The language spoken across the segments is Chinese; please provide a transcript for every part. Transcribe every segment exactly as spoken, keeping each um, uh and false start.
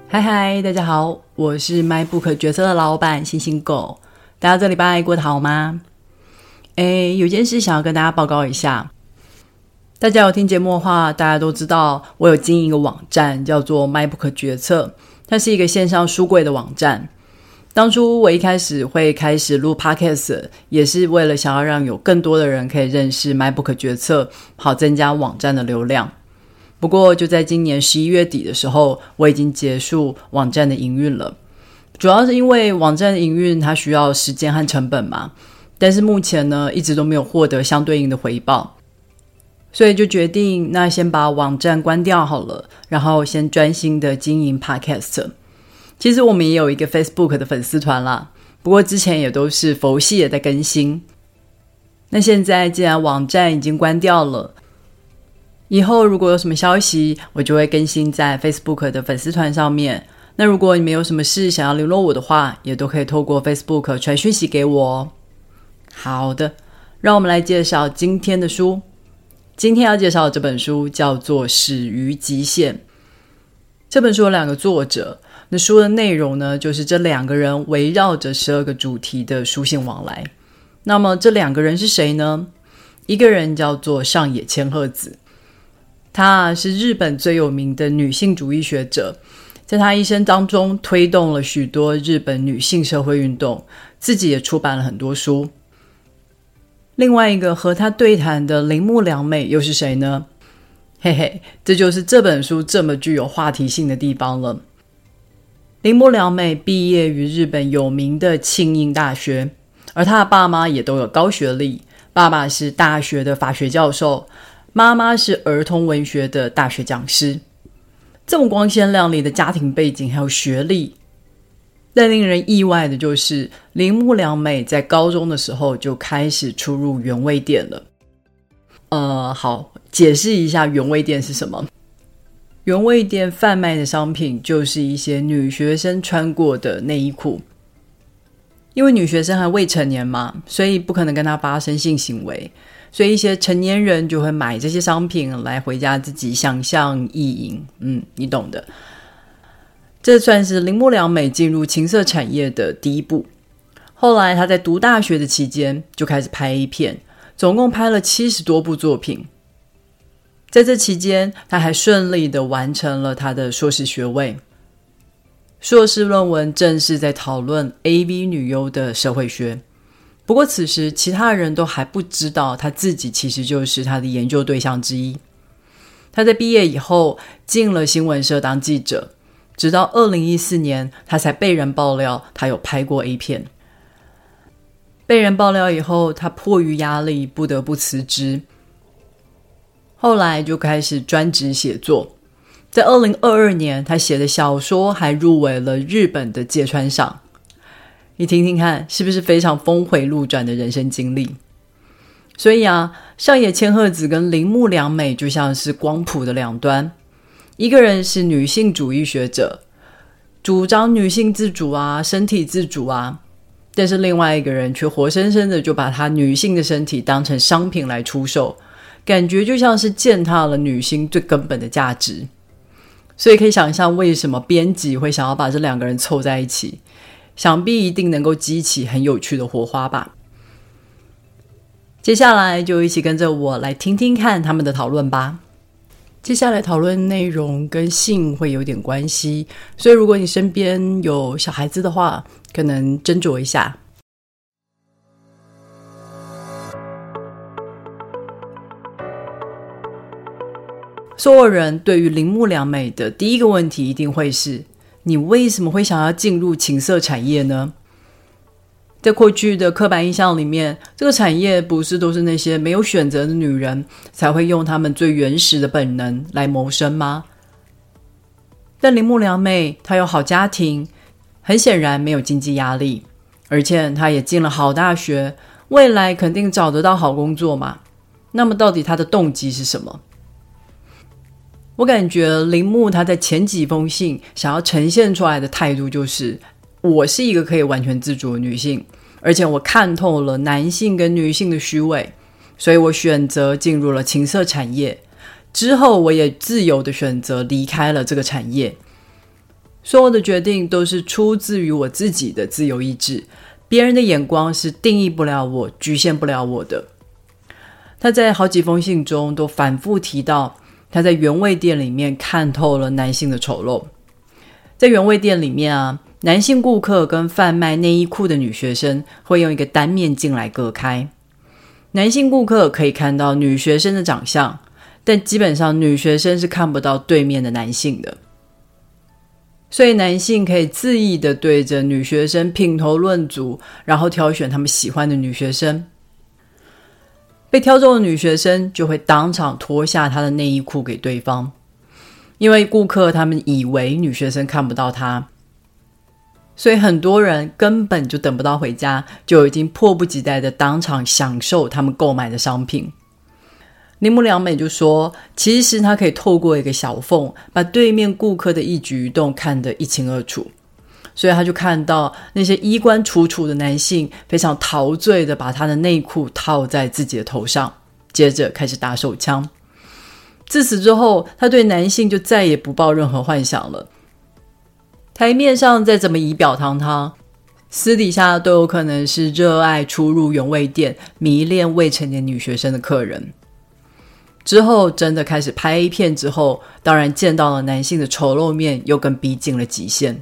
嗨嗨，大家好，我是 MyBook 决策的老板星星狗。大家这礼拜过得好吗？诶，有件事想要跟大家报告一下。大家有听节目的话，大家都知道我有经营一个网站叫做 MyBook 决策，它是一个线上书柜的网站。当初我一开始会开始录 Podcast 也是为了想要让有更多的人可以认识 MyBook 决策，好增加网站的流量。不过就在今年十一月底的时候，我已经结束网站的营运了。主要是因为网站的营运它需要时间和成本嘛，但是目前呢一直都没有获得相对应的回报，所以就决定那先把网站关掉好了，然后先专心的经营 Podcast。 其实我们也有一个 Facebook 的粉丝团啦，不过之前也都是佛系也在更新。那现在既然网站已经关掉了，以后如果有什么消息，我就会更新在 Facebook 的粉丝团上面。那如果你们有什么事想要联络我的话，也都可以透过 Facebook 传讯息给我哦。好的，让我们来介绍今天的书。今天要介绍的这本书叫做《始于极限》。这本书有两个作者，那书的内容呢，就是这两个人围绕着十二个主题的书信往来。那么这两个人是谁呢？一个人叫做上野千鹤子，她是日本最有名的女性主义学者，在她一生当中推动了许多日本女性社会运动，自己也出版了很多书。另外一个和她对谈的铃木良美又是谁呢？嘿嘿，这就是这本书这么具有话题性的地方了。铃木良美毕业于日本有名的庆应大学，而她的爸妈也都有高学历，爸爸是大学的法学教授，妈妈是儿童文学的大学讲师。这么光鲜亮丽的家庭背景还有学历，但令人意外的就是铃木良美在高中的时候就开始出入原味店了。呃，好，解释一下原味店是什么。原味店贩卖的商品就是一些女学生穿过的内衣裤，因为女学生还未成年嘛，所以不可能跟她发生性行为，所以一些成年人就会买这些商品来回家自己想象意淫，嗯，你懂的。这算是铃木良美进入情色产业的第一步。后来她在读大学的期间就开始拍 A 片，总共拍了七十多部作品。在这期间，她还顺利的完成了她的硕士学位。硕士论文正是在讨论 A V 女优的社会学。不过此时其他人都还不知道他自己其实就是他的研究对象之一。他在毕业以后进了新闻社当记者，直到二零一四年他才被人爆料他有拍过 A 片。被人爆料以后，他迫于压力不得不辞职，后来就开始专职写作。在二零二二年他写的小说还入围了日本的芥川赏。你听听看，是不是非常峰回路转的人生经历？所以啊，上野千鹤子跟铃木良美就像是光谱的两端，一个人是女性主义学者，主张女性自主啊，身体自主啊，但是另外一个人却活生生的就把她女性的身体当成商品来出售，感觉就像是践踏了女性最根本的价值。所以可以想象为什么编辑会想要把这两个人凑在一起，想必一定能够激起很有趣的火花吧。接下来就一起跟着我来听听看他们的讨论吧。接下来讨论内容跟性会有点关系，所以如果你身边有小孩子的话，可能斟酌一下。所有人对于铃木良美的第一个问题一定会是，你为什么会想要进入情色产业呢？在过去的刻板印象里面，这个产业不是都是那些没有选择的女人才会用她们最原始的本能来谋生吗？但铃木良美她有好家庭，很显然没有经济压力，而且她也进了好大学，未来肯定找得到好工作嘛。那么到底她的动机是什么？我感觉铃木他在前几封信想要呈现出来的态度就是，我是一个可以完全自主的女性，而且我看透了男性跟女性的虚伪，所以我选择进入了情色产业，之后我也自由的选择离开了这个产业。 所有的决定都是出自于我自己的自由意志，别人的眼光是定义不了我，局限不了我的。他在好几封信中都反复提到，他在原味店里面看透了男性的丑陋。在原味店里面啊，男性顾客跟贩卖内衣裤的女学生会用一个单面镜来隔开。男性顾客可以看到女学生的长相，但基本上女学生是看不到对面的男性的。所以男性可以恣意的对着女学生品头论足，然后挑选他们喜欢的女学生。被挑中的女学生就会当场脱下她的内衣裤给对方，因为顾客他们以为女学生看不到她，所以很多人根本就等不到回家，就已经迫不及待的当场享受他们购买的商品。铃木良美就说，其实她可以透过一个小缝把对面顾客的一举一动看得一清二楚，所以她就看到那些衣冠楚楚的男性非常陶醉的把他的内裤套在自己的头上，接着开始打手枪。自此之后，她对男性就再也不抱任何幻想了。台面上再怎么仪表堂堂，私底下都有可能是热爱出入原味店、迷恋未成年女学生的客人。之后真的开始拍 A 片之后，当然见到了男性的丑陋面，又更逼近了极限。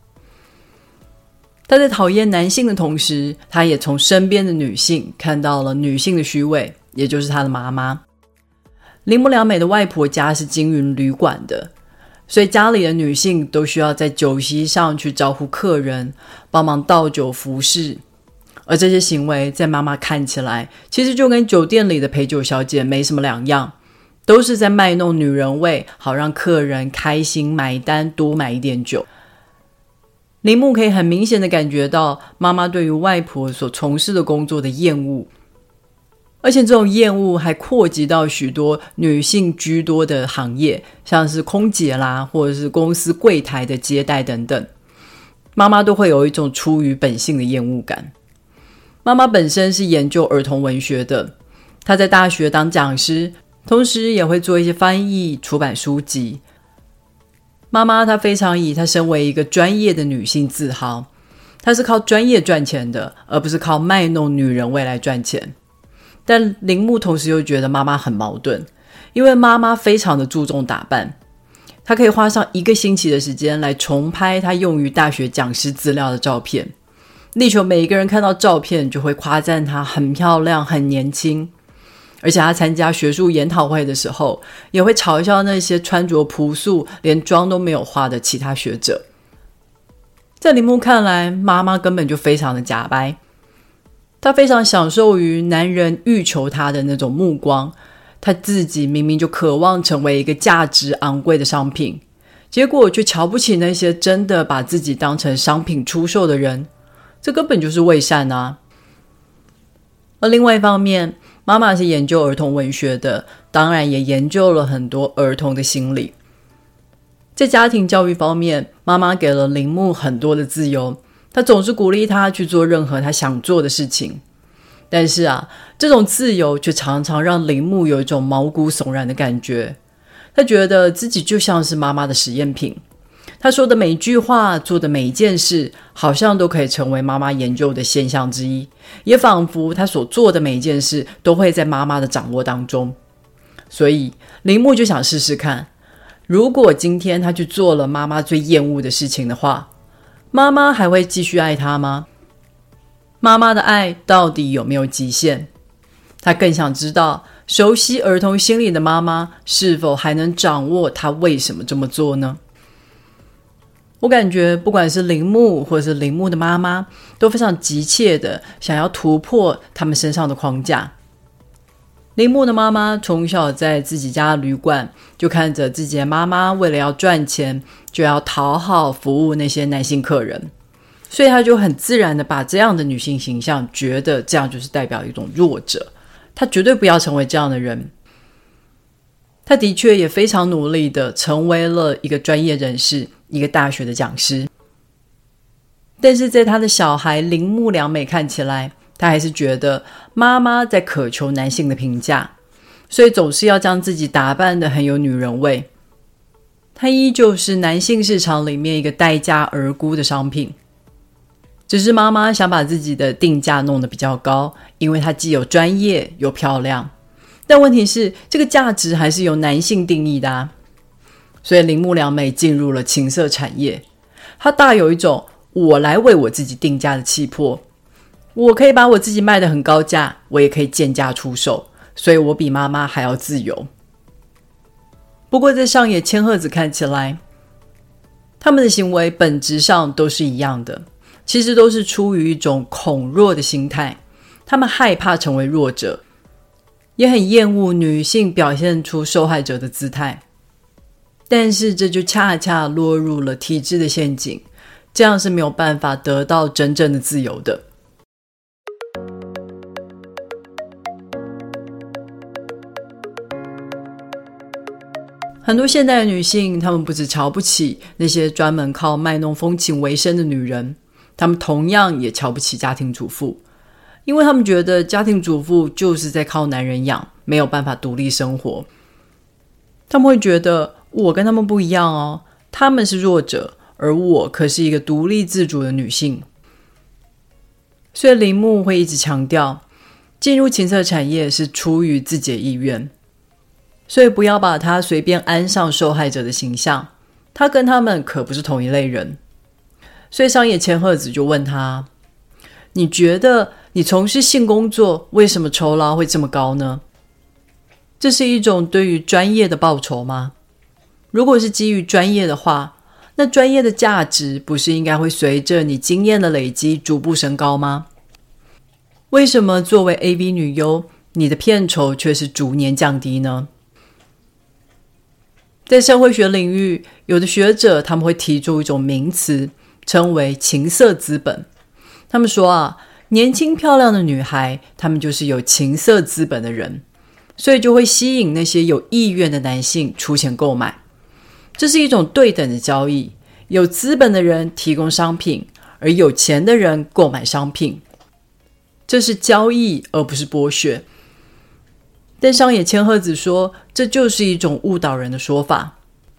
他在讨厌男性的同时，他也从身边的女性看到了女性的虚伪，也就是他的妈妈。铃木良美的外婆家是经营旅馆的，所以家里的女性都需要在酒席上去招呼客人，帮忙倒酒服侍。而这些行为在妈妈看起来，其实就跟酒店里的陪酒小姐没什么两样，都是在卖弄女人味，好让客人开心买单，多买一点酒。铃木可以很明显的感觉到妈妈对于外婆所从事的工作的厌恶，而且这种厌恶还扩及到许多女性居多的行业，像是空姐啦，或者是公司柜台的接待等等，妈妈都会有一种出于本性的厌恶感。妈妈本身是研究儿童文学的，她在大学当讲师，同时也会做一些翻译、出版书籍。妈妈她非常以她身为一个专业的女性自豪，她是靠专业赚钱的，而不是靠卖弄女人味来赚钱。但铃木同时又觉得妈妈很矛盾，因为妈妈非常的注重打扮，她可以花上一个星期的时间来重拍她用于大学讲师资料的照片，力求每一个人看到照片就会夸赞她很漂亮、很年轻。而且她参加学术研讨会的时候，也会嘲笑那些穿着朴素、连妆都没有化的其他学者。在铃木看来，妈妈根本就非常的假掰，她非常享受于男人欲求她的那种目光，她自己明明就渴望成为一个价值昂贵的商品，结果却瞧不起那些真的把自己当成商品出售的人，这根本就是伪善啊。而另外一方面，妈妈是研究儿童文学的，当然也研究了很多儿童的心理。在家庭教育方面，妈妈给了铃木很多的自由，她总是鼓励他去做任何他想做的事情。但是啊，这种自由却常常让铃木有一种毛骨悚然的感觉。他觉得自己就像是妈妈的实验品，他说的每一句话，做的每一件事，好像都可以成为妈妈研究的现象之一，也仿佛他所做的每一件事都会在妈妈的掌握当中。所以铃木就想试试看，如果今天他去做了妈妈最厌恶的事情的话，妈妈还会继续爱他吗？妈妈的爱到底有没有极限？他更想知道，熟悉儿童心理的妈妈是否还能掌握她为什么这么做呢？我感觉不管是铃木或是铃木的妈妈，都非常急切的想要突破他们身上的框架。铃木的妈妈从小在自己家的旅馆，就看着自己的妈妈为了要赚钱，就要讨好服务那些男性客人，所以她就很自然的把这样的女性形象觉得这样就是代表一种弱者，她绝对不要成为这样的人。她的确也非常努力的成为了一个专业人士，一个大学的讲师。但是在她的小孩铃木良美看起来，她还是觉得妈妈在渴求男性的评价，所以总是要将自己打扮得很有女人味。 它依旧是男性市场里面一个待价而沽的商品，只是妈妈想把自己的定价弄得比较高，因为她既有专业又漂亮。但问题是，这个价值还是由男性定义的啊。所以铃木良美进入了情色产业，她大有一种我来为我自己定价的气魄。我可以把我自己卖得很高价，我也可以贱价出售，所以我比妈妈还要自由。不过在上野千鹤子看起来，他们的行为本质上都是一样的，其实都是出于一种恐弱的心态。他们害怕成为弱者，也很厌恶女性表现出受害者的姿态。但是这就恰恰落入了体制的陷阱，这样是没有办法得到真正的自由的。很多现代的女性，她们不只瞧不起那些专门靠卖弄风情为生的女人，她们同样也瞧不起家庭主妇，因为她们觉得家庭主妇就是在靠男人养，没有办法独立生活。她们会觉得我跟她们不一样哦，她们是弱者，而我可是一个独立自主的女性。所以铃木会一直强调，进入情色产业是出于自己的意愿，所以不要把他随便安上受害者的形象，他跟他们可不是同一类人。所以上野千鹤子就问他，你觉得你从事性工作为什么酬劳会这么高呢？这是一种对于专业的报酬吗？如果是基于专业的话，那专业的价值不是应该会随着你经验的累积逐步升高吗？为什么作为 A V 女优，你的片酬却是逐年降低呢？在社会学领域，有的学者他们会提出一种名词，称为情色资本。他们说啊，年轻漂亮的女孩，她们就是有情色资本的人，所以就会吸引那些有意愿的男性出钱购买。这是一种对等的交易，有资本的人提供商品，而有钱的人购买商品。这是交易，而不是剥削。但上野千鹤子说，这就是一种误导人的说法。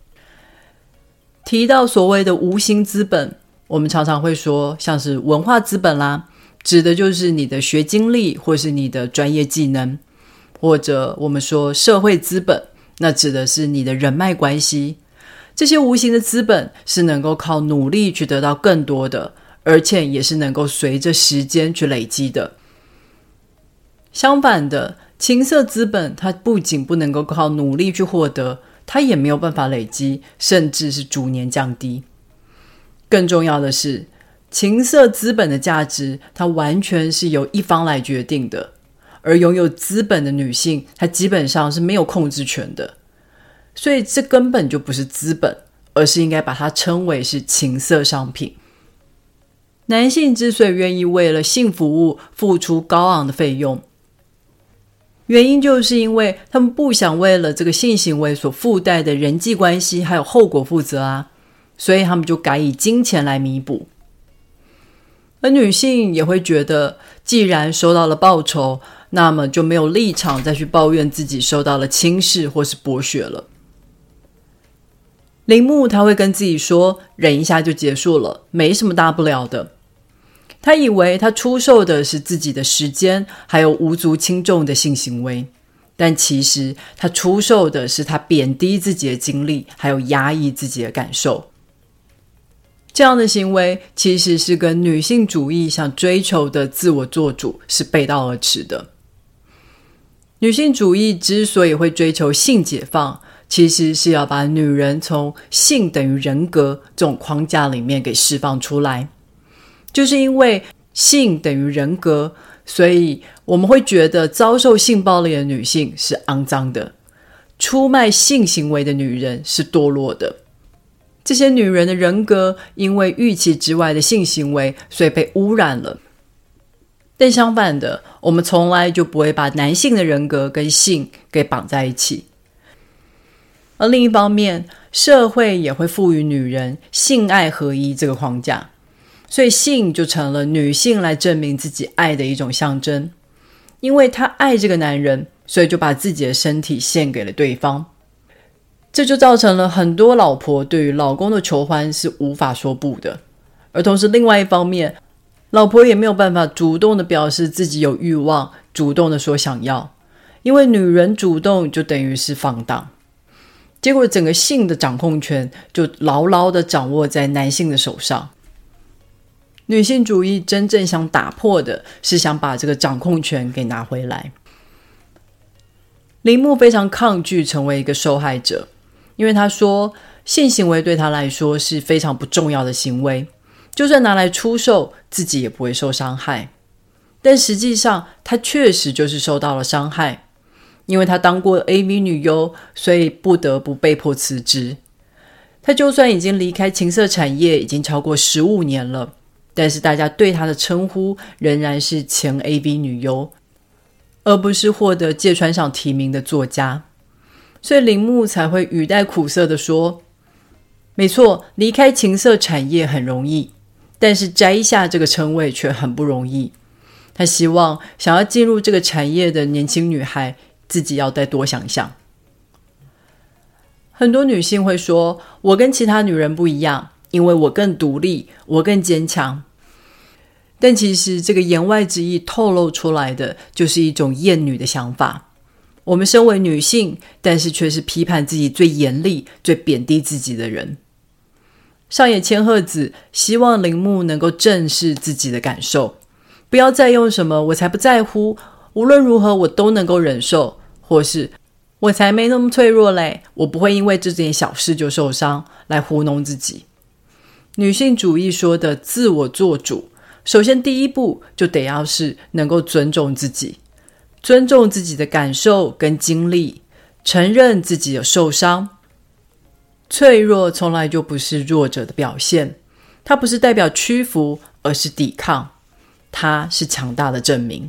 提到所谓的无形资本，我们常常会说像是文化资本啦，指的就是你的学经历或是你的专业技能，或者我们说社会资本，那指的是你的人脉关系。这些无形的资本是能够靠努力去得到更多的，而且也是能够随着时间去累积的。相反的，情色资本它不仅不能够靠努力去获得，它也没有办法累积，甚至是逐年降低。更重要的是，情色资本的价值它完全是由一方来决定的，而拥有资本的女性她基本上是没有控制权的，所以这根本就不是资本，而是应该把它称为是情色商品。男性之所以愿意为了性服务付出高昂的费用，原因就是因为他们不想为了这个性行为所附带的人际关系还有后果负责啊，所以他们就改以金钱来弥补。而女性也会觉得，既然收到了报酬，那么就没有立场再去抱怨自己受到了轻视或是剥削了。铃木他会跟自己说，忍一下就结束了，没什么大不了的。他以为他出售的是自己的时间，还有无足轻重的性行为，但其实他出售的是他贬低自己的经历，还有压抑自己的感受。这样的行为其实是跟女性主义想追求的自我做主是背道而驰的。女性主义之所以会追求性解放，其实是要把女人从性等于人格这种框架里面给释放出来。就是因为性等于人格，所以我们会觉得遭受性暴力的女性是肮脏的，出卖性行为的女人是堕落的。这些女人的人格因为预期之外的性行为，所以被污染了。但相反的，我们从来就不会把男性的人格跟性给绑在一起。而另一方面，社会也会赋予女人性爱合一这个框架，所以性就成了女性来证明自己爱的一种象征。因为她爱这个男人，所以就把自己的身体献给了对方。 这就造成了很多老婆对于老公的求欢是无法说不的，而同时另外一方面，老婆也没有办法主动的表示自己有欲望，主动的说想要，因为女人主动就等于是放荡，结果整个性的掌控权就牢牢的掌握在男性的手上。女性主义真正想打破的是想把这个掌控权给拿回来。铃木非常抗拒成为一个受害者，因为他说性行为对他来说是非常不重要的行为，就算拿来出售，自己也不会受伤害。但实际上他确实就是受到了伤害，因为他当过 A V 女优，所以不得不被迫辞职。他就算已经离开情色产业已经超过十五年了，但是大家对他的称呼仍然是前 A V 女优，而不是获得芥川赏提名的作家。所以铃木才会语带苦涩地说，没错，离开情色产业很容易，但是摘下这个称谓却很不容易。他希望想要进入这个产业的年轻女孩自己要再多想想。很多女性会说，我跟其他女人不一样，因为我更独立，我更坚强。但其实这个言外之意透露出来的就是一种厌女的想法。我们身为女性，但是却是批判自己最严厉、最贬低自己的人。上野千鹤子希望铃木能够正视自己的感受，不要再用什么我才不在乎，无论如何我都能够忍受，或是我才没那么脆弱嘞，我不会因为这件小事就受伤，来糊弄自己。女性主义说的自我做主，首先第一步就得要是能够尊重自己，尊重自己的感受跟经历，承认自己有受伤。脆弱从来就不是弱者的表现，它不是代表屈服，而是抵抗，它是强大的证明。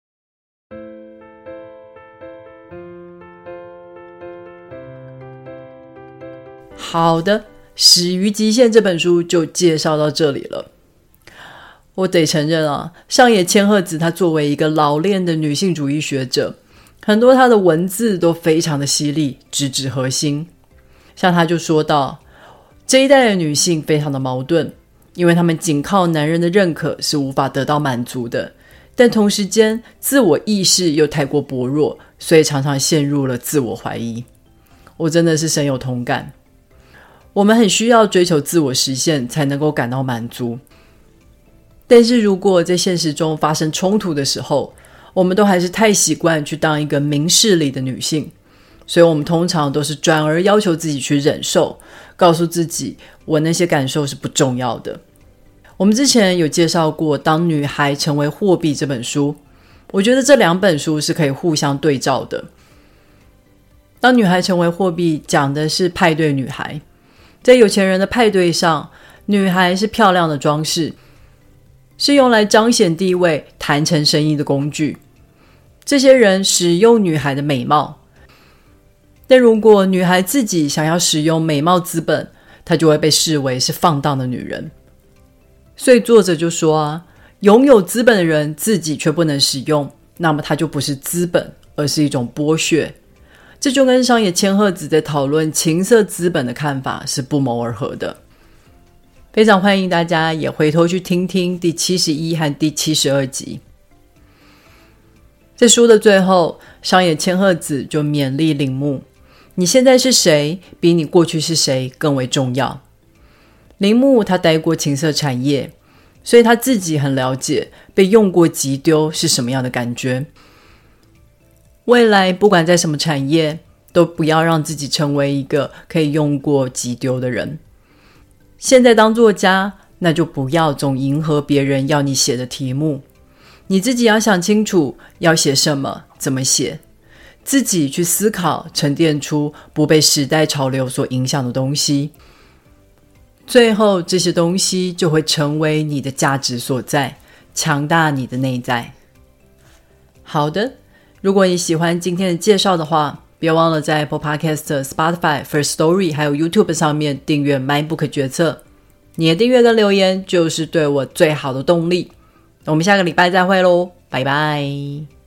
好的，始于极限这本书就介绍到这里了。我得承认啊，上野千鹤子她作为一个老练的女性主义学者，很多她的文字都非常的犀利，直指核心。像她就说到，这一代的女性非常的矛盾，因为她们仅靠男人的认可是无法得到满足的，但同时间自我意识又太过薄弱，所以常常陷入了自我怀疑。我真的是深有同感。我们很需要追求自我实现才能够感到满足，但是如果在现实中发生冲突的时候，我们都还是太习惯去当一个明事理的女性，所以我们通常都是转而要求自己去忍受，告诉自己我那些感受是不重要的。我们之前有介绍过《当女孩成为货币》这本书，我觉得这两本书是可以互相对照的。当女孩成为货币讲的是派对女孩，在有钱人的派对上，女孩是漂亮的装饰，是用来彰显地位、谈成生意的工具。这些人使用女孩的美貌，但如果女孩自己想要使用美貌资本，她就会被视为是放荡的女人。所以作者就说啊，拥有资本的人自己却不能使用，那么它就不是资本，而是一种剥削。这就跟上野千鹤子在讨论情色资本的看法是不谋而合的。非常欢迎大家也回头去听听第七十一和第七十二集。在书的最后，上野千鹤子就勉励铃木，你现在是谁，比你过去是谁更为重要。铃木他待过情色产业，所以他自己很了解被用过即丢是什么样的感觉。未来不管在什么产业，都不要让自己成为一个可以用过即丢的人。现在当作家，那就不要总迎合别人要你写的题目，你自己要想清楚要写什么，怎么写，自己去思考，沉淀出不被时代潮流所影响的东西。最后这些东西就会成为你的价值所在，强大你的内在。好的，如果你喜欢今天的介绍的话，别忘了在 Apple Podcast、Spotify、First Story 还有 YouTube 上面订阅 MyBook 决策。你的订阅跟留言就是对我最好的动力。我们下个礼拜再会咯，拜拜。